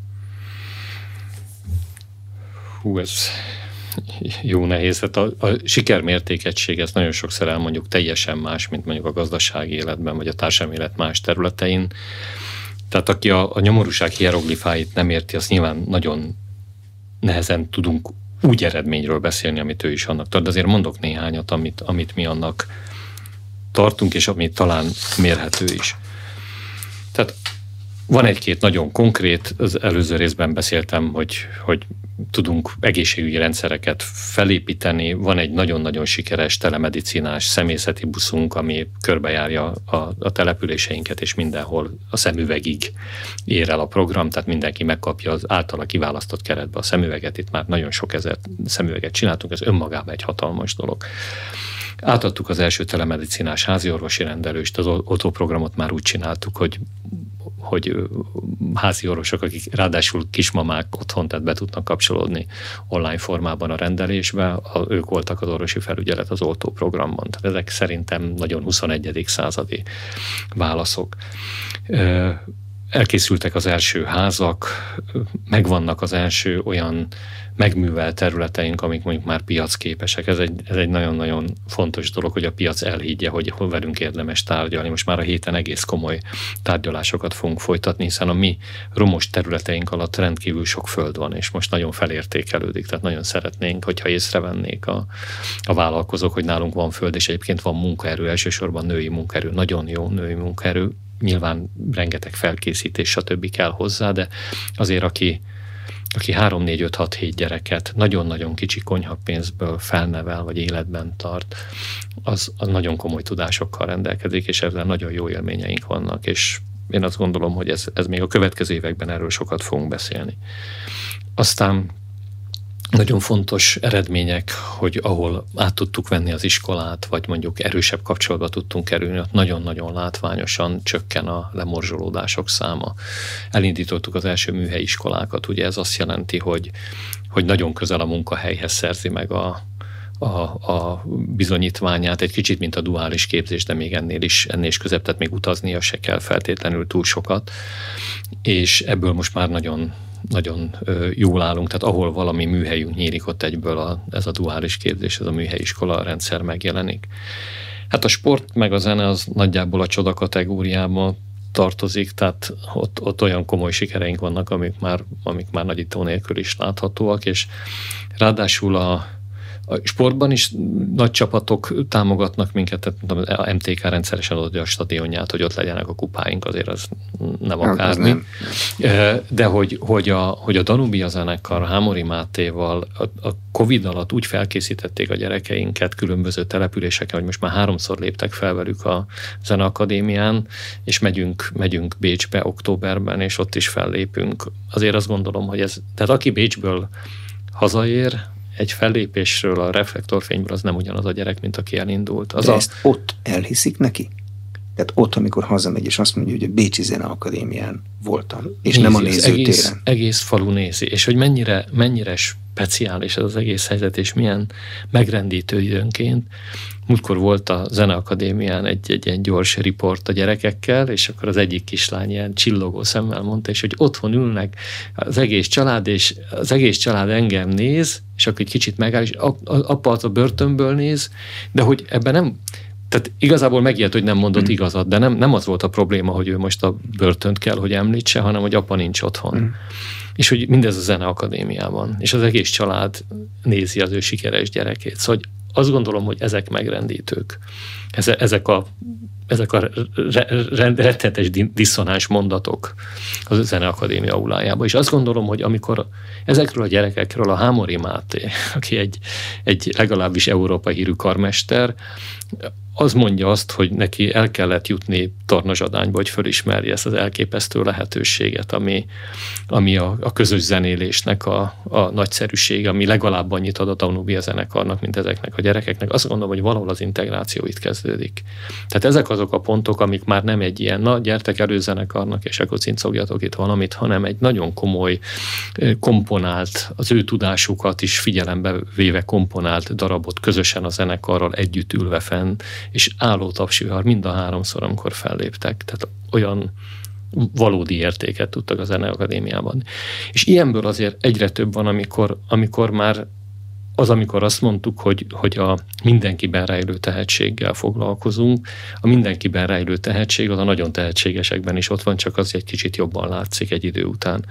Speaker 2: Ez jó nehéz. Hát a sikermértékegység, ezt nagyon sokszor elmondjuk, teljesen más, mint mondjuk a gazdasági életben, vagy a társadalmi élet más területein. Tehát aki a nyomorúság hieroglifáit nem érti, az nyilván nagyon nehezen tudunk úgy eredményről beszélni, amit ő is annak tart. De azért mondok néhányat, amit mi annak tartunk, és ami talán mérhető is. Tehát van egy-két nagyon konkrét, az előző részben beszéltem, hogy tudunk egészségügyi rendszereket felépíteni. Van egy nagyon-nagyon sikeres telemedicinás személyzeti buszunk, ami körbejárja a településeinket, és mindenhol a szemüvegig ér el a program, tehát mindenki megkapja az általa kiválasztott keretbe a szemüveget. Itt már nagyon sok ezer szemüveget csináltunk, ez önmagában egy hatalmas dolog. Átadtuk az első telemedicinás háziorvosi rendelést, az oltóprogramot már úgy csináltuk, hogy házi orvosok, akik ráadásul kismamák otthon, tehát be tudnak kapcsolódni online formában a rendelésbe, ők voltak az orvosi felügyelet az oltóprogramban. Tehát ezek szerintem nagyon 21. századi válaszok. Elkészültek az első házak, megvannak az első olyan megművelt területeink, amik mondjuk már piacképesek. Ez egy nagyon-nagyon fontos dolog, hogy a piac elhiggye, hogy velünk érdemes tárgyalni. Most már a héten egész komoly tárgyalásokat fogunk folytatni, hiszen a mi romos területeink alatt rendkívül sok föld van, és most nagyon felértékelődik, tehát nagyon szeretnénk, hogyha észrevennék a vállalkozók, hogy nálunk van föld, és egyébként van munkaerő, elsősorban női munkaerő, nagyon jó női munkaerő, nyilván rengeteg felkészítés, stb. Kell hozzá, de azért aki aki 3-4-5-6-7 gyereket nagyon-nagyon kicsi konyhapénzből felnevel, vagy életben tart, az nagyon komoly tudásokkal rendelkezik, és ezzel nagyon jó élményeink vannak, és én azt gondolom, hogy ez még a következő években erről sokat fogunk beszélni. Aztán nagyon fontos eredmények, hogy ahol át tudtuk venni az iskolát, vagy mondjuk erősebb kapcsolatba tudtunk kerülni, ott nagyon-nagyon látványosan csökken a lemorzsolódások száma. Elindítottuk az első műhelyi iskolákat, ugye ez azt jelenti, hogy nagyon közel a munkahelyhez szerzi meg a bizonyítványát, egy kicsit, mint a duális képzés, de még ennél is közebb, tehát még utaznia se kell feltétlenül túl sokat, és ebből most már nagyon jól állunk, tehát ahol valami műhelyünk nyílik, ott egyből ez a duális képzés, ez a műhelyi iskola rendszer megjelenik. Hát a sport meg a zene az nagyjából a csoda kategóriába tartozik, tehát ott olyan komoly sikereink vannak, amik már nagyító nélkül is láthatóak, és ráadásul a sportban is nagy csapatok támogatnak minket, tehát a MTK rendszeresen adja a stadionját, hogy ott legyenek a kupáink, azért az nem akármi. De hogy a Danubia zenekar, a Hámori Mátéval a Covid alatt úgy felkészítették a gyerekeinket különböző településeken, hogy most már 3-szor léptek fel velük a Zeneakadémián, és megyünk Bécsbe októberben, és ott is fellépünk. Azért azt gondolom, hogy tehát aki Bécsből hazaér, egy fellépésről, a reflektorfényből, az nem ugyanaz a gyerek, mint aki elindult.
Speaker 1: De ezt ott elhiszik neki? Tehát ott, amikor hazamegy, és azt mondja, hogy a Bécsi Zeneakadémián voltam, és nem a nézőtéren.
Speaker 2: Egész falu nézi, és hogy mennyire speciális ez az egész helyzet, és milyen megrendítő időnként. Múltkor volt a Zeneakadémián egy ilyen gyors riport a gyerekekkel, és akkor az egyik kislány ilyen csillogó szemmel mondta, és hogy otthon ülnek az egész család, és az egész család engem néz, és akkor egy kicsit megáll, és apa az a börtönből néz, de hogy ebben nem... Tehát igazából megijedt, hogy nem mondott igazat, de nem az volt a probléma, hogy ő most a börtönt kell, hogy említse, hanem hogy apa nincs otthon. És hogy mindez a Zeneakadémiában. És az egész család nézi az ő sikeres gyerekét. Szóval azt gondolom, hogy ezek megrendítők. Ezek a rettenetes diszonáns mondatok az Zeneakadémia aulájában. És azt gondolom, hogy amikor ezekről a gyerekekről a Hámori Máté, aki egy legalábbis európai hírű karmester, az mondja azt, hogy neki el kellett jutni Tornazsadányba, hogy fölismerje ezt az elképesztő lehetőséget, ami a közös zenélésnek a nagyszerűsége, ami legalább annyit ad a Danubia zenekarnak, mint ezeknek a gyerekeknek. Azt gondolom, hogy valahol az integráció itt kezdődik. Tehát ezek azok a pontok, amik már nem egy ilyen, na gyertek előzenekarnak, és akkor cincogjatok itt valamit, hanem egy nagyon komoly, komponált, az ő tudásukat is figyelembe véve komponált darabot közösen a zenekarral együtt ülve fenn, és álló tapsvihar mind a 3-szor, amikor felléptek. Tehát olyan valódi értéket tudtak a Zeneakadémiában. És ilyenből azért egyre több van, amikor már amikor azt mondtuk, hogy a mindenkiben rejlő tehetséggel foglalkozunk, a mindenkiben rejlő tehetség az a nagyon tehetségesekben is ott van, csak az egy kicsit jobban látszik egy idő után.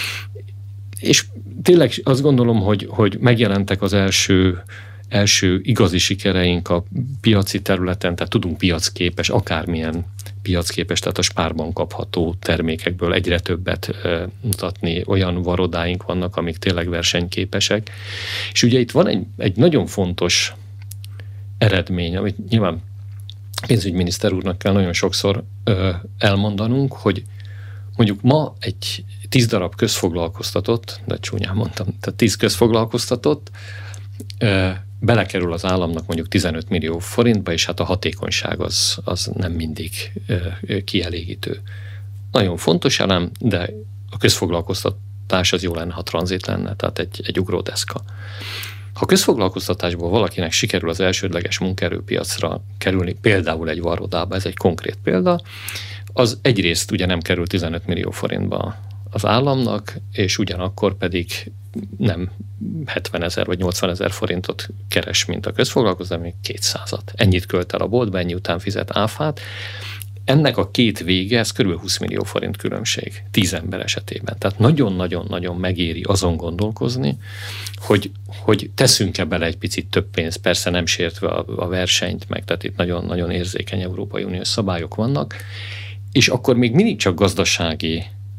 Speaker 2: És tényleg azt gondolom, hogy megjelentek az első igazi sikereink a piaci területen, tehát tudunk piacképes, akármilyen piacképes, tehát a Spárban kapható termékekből egyre többet mutatni, olyan varodáink vannak, amik tényleg versenyképesek. És ugye itt van egy nagyon fontos eredmény, amit nyilván pénzügyminiszter úrnak kell nagyon sokszor elmondanunk, hogy mondjuk ma egy 10 darab közfoglalkoztatott, de csúnyán mondtam, tehát 10 közfoglalkoztatott, belekerül az államnak mondjuk 15 millió forintba, és hát a hatékonyság az nem mindig kielégítő. Nagyon fontos elem, de a közfoglalkoztatás az jó lenne, ha tranzit lenne, tehát egy ugródeszka. Ha közfoglalkoztatásból valakinek sikerül az elsődleges munkaerőpiacra kerülni, például egy varodába, ez egy konkrét példa, az egyrészt ugye nem kerül 15 millió forintba az államnak, és ugyanakkor pedig nem 70 000 vagy 80 000 forintot keres, mint a közfoglalkozó, hanem 200-at. Ennyit költ el a boltba, ennyi után fizet áfát. Ennek a két vége, ez kb. 20 millió forint különbség 10 ember esetében. Tehát nagyon-nagyon-nagyon megéri azon gondolkozni, hogy teszünk-e bele egy picit több pénzt, persze nem sértve a versenyt, meg tehát itt nagyon-nagyon érzékeny Európai Uniós szabályok vannak, és akkor még mindig csak gazdasági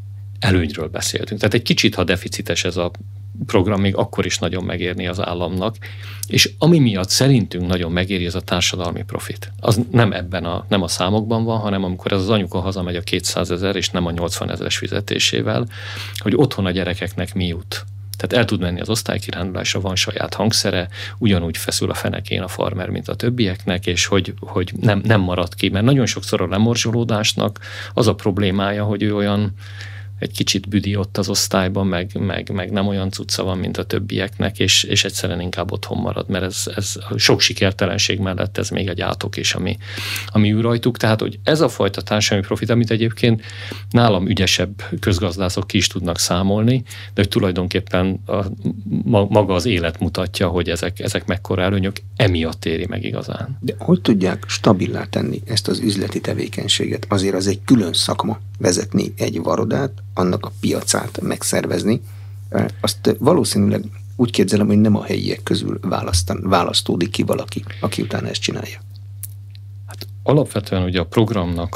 Speaker 2: előnyről beszéltünk. Tehát egy kicsit, ha deficites ez a program, még akkor is nagyon megérni az államnak, és ami miatt szerintünk nagyon megéri, ez a társadalmi profit. Az nem nem a számokban van, hanem amikor ez az anyuka hazamegy a 200 000 és nem a 80 000-es fizetésével, hogy otthon a gyerekeknek mi jut. Tehát el tud menni az osztálykirándulásra, van saját hangszere, ugyanúgy feszül a fenekén a farmer, mint a többieknek, és hogy nem marad ki. Mert nagyon sokszor a lemorzsolódásnak az a problémája, hogy ő olyan egy kicsit büdi ott az osztályban, meg nem olyan cucca van, mint a többieknek, és egyszerűen inkább otthon marad, mert ez sok sikertelenség mellett ez még egy átok is, ami ül rajtuk. Tehát, hogy ez a fajta társadalmi profit, amit egyébként nálam ügyesebb közgazdászok ki is tudnak számolni, de hogy tulajdonképpen maga az élet mutatja, hogy ezek mekkora előnyök, emiatt éri meg igazán.
Speaker 1: De hogy tudják stabilá tenni ezt az üzleti tevékenységet? Azért az egy külön szakma vezetni egy varodát, annak a piacát megszervezni. Azt valószínűleg úgy képzelem, hogy nem a helyiek közül választódik ki valaki, aki utána ezt csinálja.
Speaker 2: Hát alapvetően ugye a programnak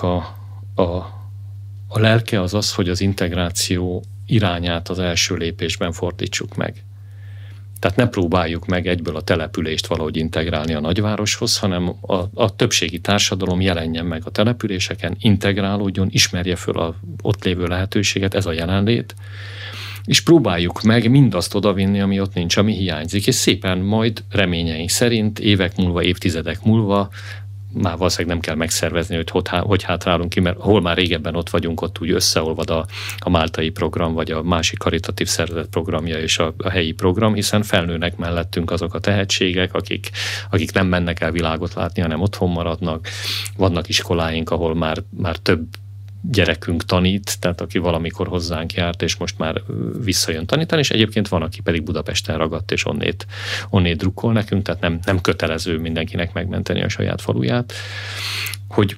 Speaker 2: a lelke az, hogy az integráció irányát az első lépésben fordítsuk meg. Tehát ne próbáljuk meg egyből a települést valahogy integrálni a nagyvároshoz, hanem a többségi társadalom jelenjen meg a településeken, integrálódjon, ismerje föl az ott lévő lehetőséget, ez a jelenlét, és próbáljuk meg mindazt odavinni, ami ott nincs, ami hiányzik, és szépen majd reményeink szerint évek múlva, évtizedek múlva már valószínűleg nem kell megszervezni, hogy hátrálunk ki, mert hol már régebben ott vagyunk, ott úgy összeolvad a máltai program, vagy a másik karitatív szervezet programja és a helyi program, hiszen felnőnek mellettünk azok a tehetségek, akik nem mennek el világot látni, hanem otthon maradnak. Vannak iskoláink, ahol már több gyerekünk tanít, tehát aki valamikor hozzánk járt, és most már visszajön tanítani, és egyébként van, aki pedig Budapesten ragadt, és onnét drukkol nekünk, tehát nem kötelező mindenkinek megmenteni a saját faluját, hogy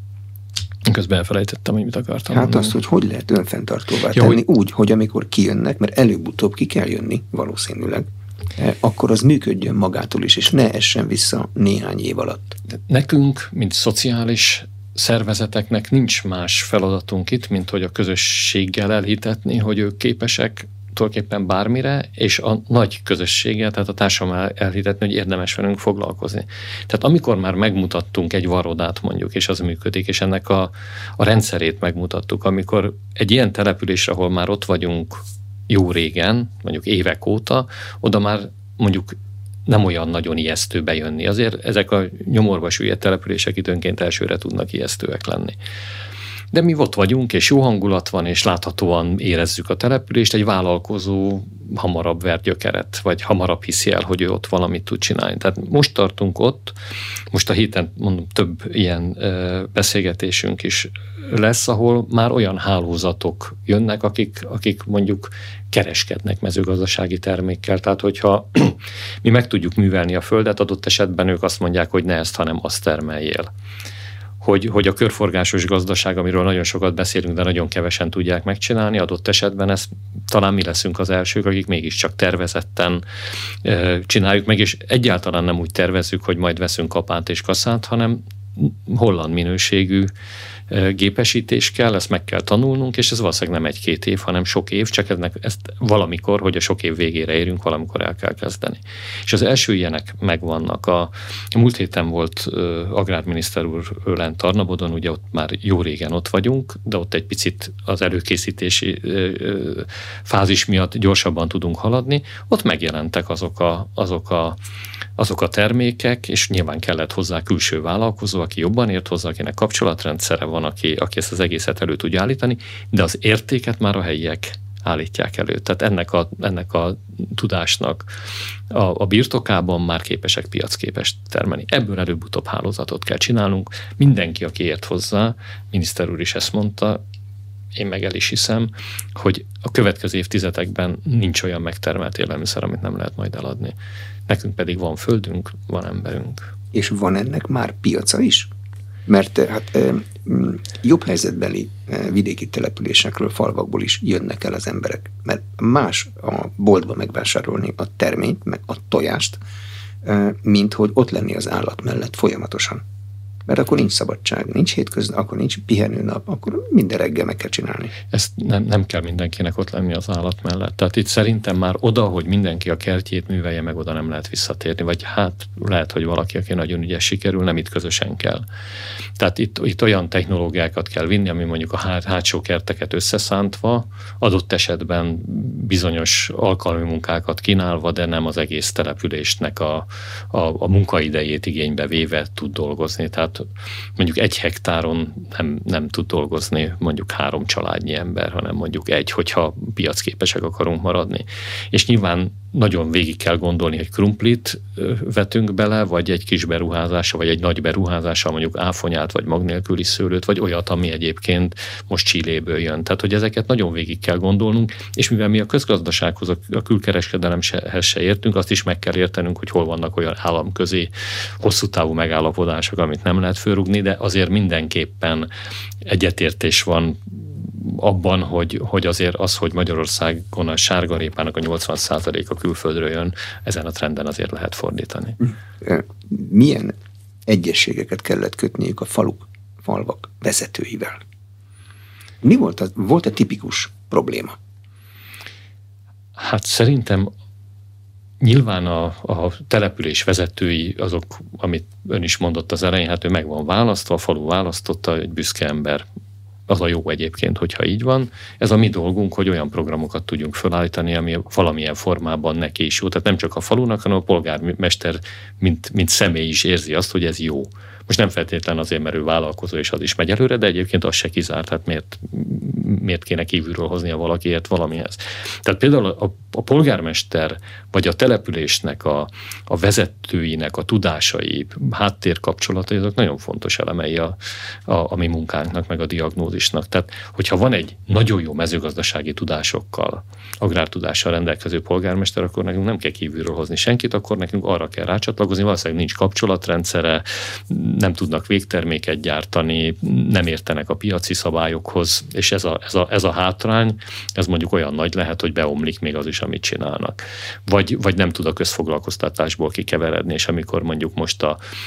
Speaker 2: közben elfelejtettem, hogy mit akartam
Speaker 1: mondani. Azt, hogy lehet önfenntartóvá tenni úgy, hogy amikor kijönnek, mert előbb-utóbb ki kell jönni valószínűleg, akkor az működjön magától is, és ne essen vissza néhány év alatt.
Speaker 2: Nekünk, mint szociális szervezeteknek nincs más feladatunk itt, mint hogy a közösséggel elhitetni, hogy ők képesek tulajdonképpen bármire, és a nagy közösséggel, tehát a társadalommal elhitetni, hogy érdemes velünk foglalkozni. Tehát amikor már megmutattunk egy varodát mondjuk, és az működik, és ennek a rendszerét megmutattuk, amikor egy ilyen településre, ahol már ott vagyunk jó régen, mondjuk évek óta, oda már mondjuk nem olyan nagyon ijesztő bejönni. Azért ezek a nyomorba süllyedt települések időnként elsőre tudnak ijesztőek lenni. De mi ott vagyunk, és jó hangulat van, és láthatóan érezzük a települést, egy vállalkozó hamarabb ver gyökeret, vagy hamarabb hiszi el, hogy ő ott valamit tud csinálni. Tehát most tartunk ott, most a héten mondom, több ilyen beszélgetésünk is lesz, ahol már olyan hálózatok jönnek, akik mondjuk kereskednek mezőgazdasági termékkel. Tehát, hogyha mi meg tudjuk művelni a földet, adott esetben ők azt mondják, hogy ne ezt, hanem azt termeljél. Hogy a körforgásos gazdaság, amiről nagyon sokat beszélünk, de nagyon kevesen tudják megcsinálni, adott esetben ezt talán mi leszünk az elsők, akik mégiscsak tervezetten csináljuk meg, és egyáltalán nem úgy tervezzük, hogy majd veszünk kapát és kaszát, hanem holland minőségű gépesítés kell, ezt meg kell tanulnunk, és ez valószínűleg nem 1-2 év, hanem sok év, csak ezt valamikor, hogy a sok év végére érünk, valamikor el kell kezdeni. És az első ilyenek megvannak. A múlt héten volt agrárminiszter úr lent Tarnabodon, ugye ott már jó régen ott vagyunk, de ott egy picit az előkészítési fázis miatt gyorsabban tudunk haladni. Ott megjelentek azok a termékek, és nyilván kellett hozzá külső vállalkozó, aki jobban ért hozzá, akinek kapcsolatrendszere van, aki ezt az egészet elő tudja állítani, de az értéket már a helyiek állítják elő. Tehát ennek a tudásnak a birtokában már képesek piacképest termelni. Ebből előbb-utóbb hálózatot kell csinálnunk. Mindenki, aki ért hozzá, miniszter úr is ezt mondta, én meg el is hiszem, hogy a következő évtizedekben nincs olyan megtermelt élelmiszer, amit nem lehet majd eladni. Nekünk pedig van földünk, van emberünk.
Speaker 1: És van ennek már piaca is? Mert jobb helyzetbeli vidéki településekről, falvakból is jönnek el az emberek. Mert más a boltba megvásárolni a terményt, meg a tojást, mint hogy ott lenni az állat mellett folyamatosan. Mert akkor nincs szabadság, nincs hétköznap, akkor nincs pihenőnap, akkor minden reggel meg kell csinálni.
Speaker 2: Ezt nem kell mindenkinek ott lenni az állat mellett. Tehát itt szerintem már oda, hogy mindenki a kertjét művelje meg, oda nem lehet visszatérni. Vagy hát lehet, hogy valaki, aki nagyon ügyes sikerül, nem itt közösen kell. Tehát itt olyan technológiákat kell vinni, ami mondjuk a hátsó kerteket összeszántva, adott esetben bizonyos alkalmi munkákat kínálva, de nem az egész településnek a munkaidejét igénybe véve tud dolgozni. Tehát mondjuk 1 hektáron nem tud dolgozni mondjuk 3 családnyi ember, hanem mondjuk 1, hogyha piacképesek akarunk maradni. És nyilván nagyon végig kell gondolni, hogy krumplit vetünk bele, vagy egy kis beruházással, vagy egy nagy beruházással, mondjuk áfonyát, vagy mag nélküli szőlőt, vagy olyat, ami egyébként most Chiléből jön. Tehát, hogy ezeket nagyon végig kell gondolnunk, és mivel mi a közgazdasághoz, a külkereskedelemhez se értünk, azt is meg kell értenünk, hogy hol vannak olyan államközi hosszú távú megállapodások, amit nem lehet fölrúgni, de azért mindenképpen egyetértés van abban, hogy azért az, hogy Magyarországon a sárgarépának a 80%-a külföldről jön, ezen a trenden azért lehet fordítani.
Speaker 1: Milyen egyességeket kellett kötniük a falvak vezetőivel? Mi volt a tipikus probléma?
Speaker 2: Hát szerintem nyilván a település vezetői azok, amit ön is mondott az elején, hát ő meg van választva, a falu választotta, egy büszke ember. Az a jó egyébként, hogyha így van. Ez a mi dolgunk, hogy olyan programokat tudjunk felállítani, ami valamilyen formában neki is jó. Tehát nem csak a falunak, hanem a polgármester, mint személy is érzi azt, hogy ez jó. Most nem feltétlen azért, mert ő vállalkozó, és az is megy előre, de egyébként az se kizárt, hát miért kéne kívülről hoznia valakiért valamihez. Tehát például a polgármester, vagy a településnek a vezetőinek a tudásai, háttérkapcsolatai, azok nagyon fontos elemei a mi munkánknak, meg a diagnózisnak. Tehát, hogyha van egy nagyon jó mezőgazdasági tudásokkal, agrártudással rendelkező polgármester, akkor nekünk nem kell kívülről hozni senkit, akkor nekünk arra kell rácsatlakozni, valószínűleg nincs kapcsolatrendszere, nem tudnak végterméket gyártani, nem értenek a piaci szabályokhoz, és ez a hátrány, ez mondjuk olyan nagy lehet, hogy beomlik még az is, amit csinálnak. Vagy nem tud a közfoglalkoztatásból kikeveredni, és amikor mondjuk most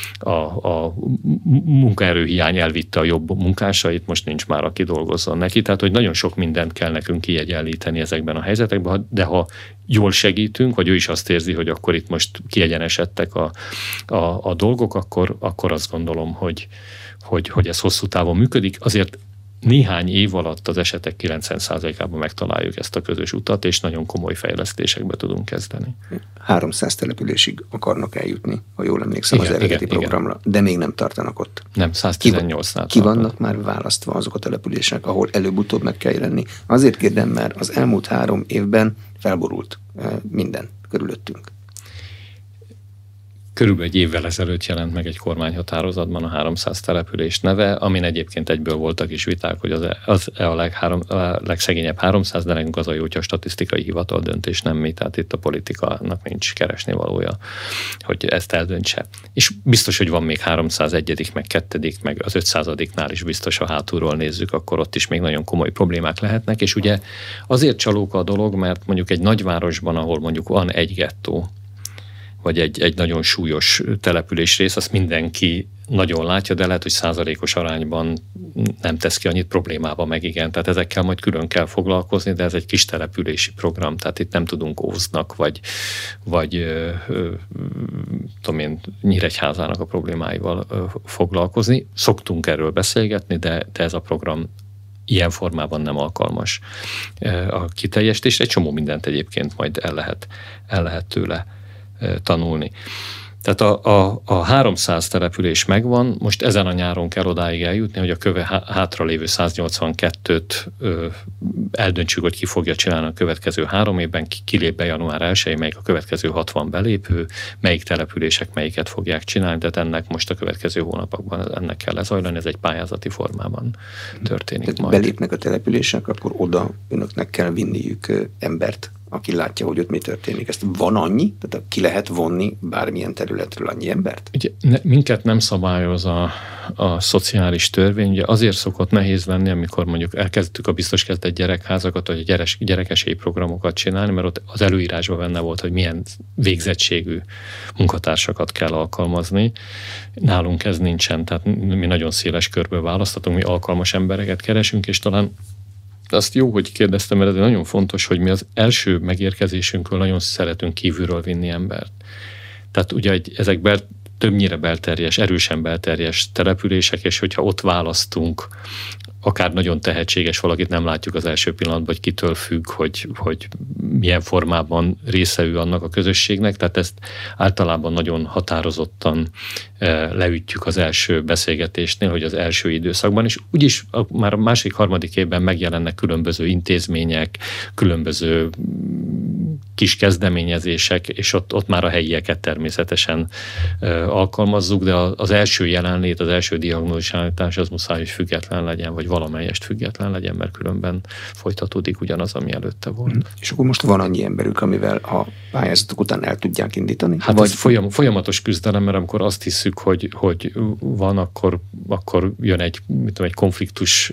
Speaker 2: a munkaerőhiány elvitte a jobb munkásait, most nincs már, aki dolgozzon neki. Tehát, hogy nagyon sok mindent kell nekünk kiegyenlíteni ezekben a helyzetekben, de ha jól segítünk, vagy ő is azt érzi, hogy akkor itt most kiegyenesedtek a dolgok, akkor azt gondolom, hogy ez hosszú távon működik. Azért néhány év alatt az esetek 90%-ában megtaláljuk ezt a közös utat, és nagyon komoly fejlesztésekbe tudunk kezdeni.
Speaker 1: 300 településig akarnak eljutni, ha jól emlékszem, az eredeti programra, de még nem tartanak ott.
Speaker 2: Nem, 118-nál
Speaker 1: Ki vannak már választva azok a települések, ahol előbb-utóbb meg kell jelenni? Azért kérdem, mert az elmúlt 3 évben felborult minden körülöttünk.
Speaker 2: Körülbelül 1 évvel ezelőtt jelent meg egy kormányhatározatban a 300 település neve, amin egyébként egyből voltak is viták, hogy az a legszegényebb 300, de nekünk az a jó, hogy a statisztikai hivatal döntés, nem mi, tehát itt a politikának nincs keresni valója, hogy ezt eldöntse. És biztos, hogy van még 301., meg 2., meg az 500-nál is biztos, ha hátulról nézzük, akkor ott is még nagyon komoly problémák lehetnek, és ugye azért csalóka a dolog, mert mondjuk egy nagyvárosban, ahol mondjuk van egy gettó, vagy egy nagyon súlyos településrész, azt mindenki nagyon látja, de lehet, hogy százalékos arányban nem tesz ki annyit problémába, meg igen. Tehát ezekkel majd külön kell foglalkozni, de ez egy kis települési program, tehát itt nem tudunk Ózdnak, vagy tudom én, Nyíregyházának a problémáival foglalkozni. Szoktunk erről beszélgetni, de ez a program ilyen formában nem alkalmas a kiteljesítésre. Egy csomó mindent egyébként majd el lehet tőle tanulni. Tehát a 300 település megvan, most ezen a nyáron kell odáig eljutni, hogy a hátralévő 182-t eldöntsük, hogy ki fogja csinálni a következő 3 évben, ki lép be január 1-én, melyik a következő 60 belépő, melyik települések melyiket fogják csinálni, tehát ennek most a következő hónapokban ennek kell lezajlani, ez egy pályázati formában történik
Speaker 1: tehát
Speaker 2: majd.
Speaker 1: Belépnek a települések, akkor oda önöknek kell vinniük embert, aki látja, hogy ott mi történik. Ezt van annyi? Tehát ki lehet vonni bármilyen területről annyi embert?
Speaker 2: Ugye, minket nem szabályoz a szociális törvény. Ugye azért szokott nehéz lenni, amikor mondjuk elkezdtük a biztos kezdett gyerekházakat, vagy a gyerekesély programokat csinálni, mert ott az előírásban benne volt, hogy milyen végzettségű munkatársakat kell alkalmazni. Nálunk ez nincsen, tehát mi nagyon széles körből választatunk, mi alkalmas embereket keresünk, és talán azt jó, hogy kérdeztem, mert ez nagyon fontos, hogy mi az első megérkezésünkről nagyon szeretünk kívülről vinni embert. Tehát ugye ezek többnyire belterjes, erősen belterjes települések, és hogyha ott választunk akár nagyon tehetséges valakit, nem látjuk az első pillanatban, hogy kitől függ, hogy milyen formában része ő annak a közösségnek, tehát ezt általában nagyon határozottan leütjük az első beszélgetésnél, hogy az első időszakban, és úgyis már a második, harmadik évben megjelennek különböző intézmények, különböző kis kezdeményezések, és ott már a helyieket természetesen alkalmazzuk, de az első jelenlét, az első diagnózisálítás az muszáj, hogy független legyen, vagy valamelyest független legyen, mert különben folytatódik ugyanaz, ami előtte volt.
Speaker 1: És akkor most van annyi emberük, amivel a pályázatok után el tudják indítani?
Speaker 2: Hát vagy folyamatos küzdelem, mert amikor azt hiszük, hogy van, akkor jön egy konfliktus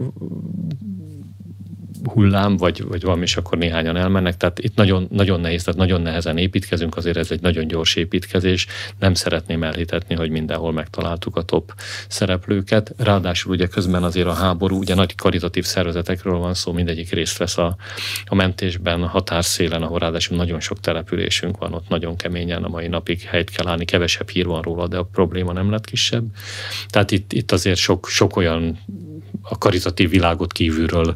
Speaker 2: hullám, vagy valami, és akkor néhányan elmennek. Tehát itt nagyon, nagyon nehéz, tehát nagyon nehezen építkezünk, azért ez egy nagyon gyors építkezés. Nem szeretném elhitetni, hogy mindenhol megtaláltuk a top szereplőket. Ráadásul ugye közben azért a háború, ugye nagy karitatív szervezetekről van szó, mindegyik részt vesz a mentésben, a határszélen, ahol ráadásul nagyon sok településünk van, ott nagyon keményen a mai napig helyt kell állni, kevesebb hír van róla, de a probléma nem lett kisebb. Tehát itt azért sok olyan a karitatív világot kívülről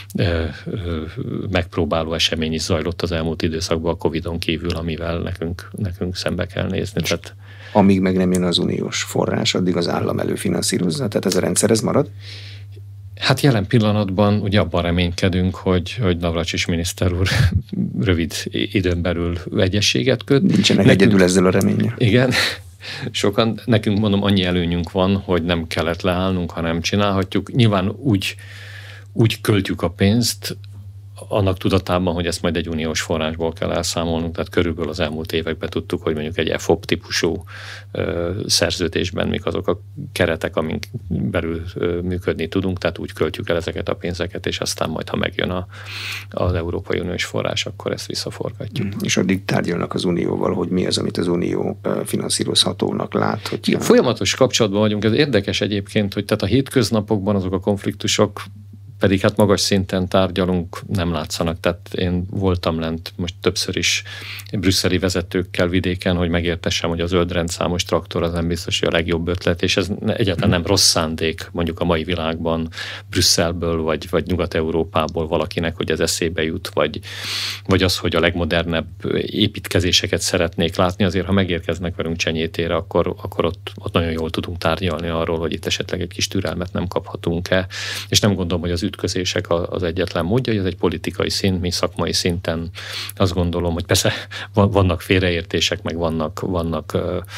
Speaker 2: megpróbáló esemény is zajlott az elmúlt időszakban a Covid-on kívül, amivel nekünk szembe kell nézni. Tehát,
Speaker 1: amíg meg nem jön az uniós forrás, addig az állam előfinanszírozza, tehát ez a rendszer, ez marad?
Speaker 2: Hát jelen pillanatban ugye abban reménykedünk, hogy Navracsics miniszter úr rövid időn belül egyességet köt.
Speaker 1: Nincsenek egyedül ezzel a reménnyel.
Speaker 2: Igen. Sokan, nekünk mondom, annyi előnyünk van, hogy nem kellett leállnunk, hanem csinálhatjuk. Nyilván úgy költjük a pénzt, annak tudatában, hogy ezt majd egy uniós forrásból kell elszámolnunk, tehát körülbelül az elmúlt években tudtuk, hogy mondjuk egy FOP típusú szerződésben mik azok a keretek, amink belül működni tudunk, tehát úgy költjük el ezeket a pénzeket, és aztán majd, ha megjön az Európai Uniós forrás, akkor ezt visszaforgatjuk.
Speaker 1: És addig tárgyalnak az Unióval, hogy mi az, amit az Unió finanszírozhatónak lát. Hogy
Speaker 2: folyamatos kapcsolatban vagyunk, ez érdekes egyébként, hogy tehát a hétköznapokban azok a konfliktusok pedig hát magas szinten tárgyalunk, nem látszanak. Tehát én voltam lent most többször is brüsszeli vezetőkkel vidéken, hogy megértessem, hogy a zöld rendszámos traktor az nem biztos, hogy a legjobb ötlet, és ez egyáltalán nem rossz szándék mondjuk a mai világban Brüsszelből vagy Nyugat-Európából valakinek, hogy ez eszébe jut, vagy az, hogy a legmodernebb építkezéseket szeretnék látni. Azért, ha megérkeznek velünk Csenyétére, akkor ott nagyon jól tudunk tárgyalni arról, hogy itt esetleg egy kis türelmet nem kaphatunk-e, és nem gondolom, hogy az ütközések az egyetlen módja, ez egy politikai szint, mi szakmai szinten azt gondolom, hogy persze vannak félreértések, meg vannak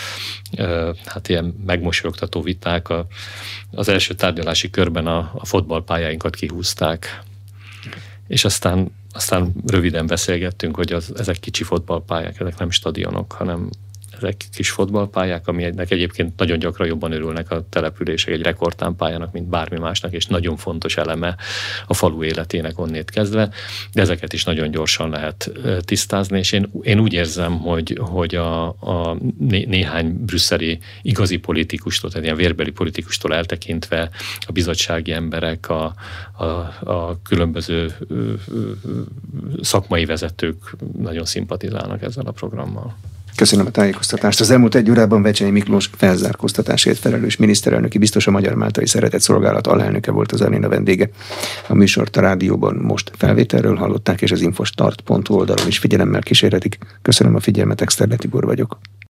Speaker 2: hát ilyen megmosolyogtató viták. Az első tárgyalási körben a fotballpályáinkat kihúzták, és aztán röviden beszélgettünk, hogy ezek kicsi fotballpályák, ezek nem stadionok, hanem ezek kis fotballpályák, aminek egyébként nagyon gyakran jobban örülnek a települések egy rekordtámpályának, mint bármi másnak, és nagyon fontos eleme a falu életének onnét kezdve, de ezeket is nagyon gyorsan lehet tisztázni, és én úgy érzem, hogy a néhány brüsszeli igazi politikustól, tehát ilyen vérbeli politikustól eltekintve a bizottsági emberek, a különböző szakmai vezetők nagyon szimpatizálnak ezzel a programmal.
Speaker 1: Köszönöm a tájékoztatást. Az elmúlt egy órában Vecsei Miklós felzárkóztatásért felelős miniszterelnöki biztos, a Magyar Máltai Szeretett Szolgálat alelnöke volt az aréna vendége. A műsort a rádióban most felvételről hallották, és az infostart.hu oldalon is figyelemmel kísérhetik. Köszönöm a figyelmet, Exterle Tibor vagyok.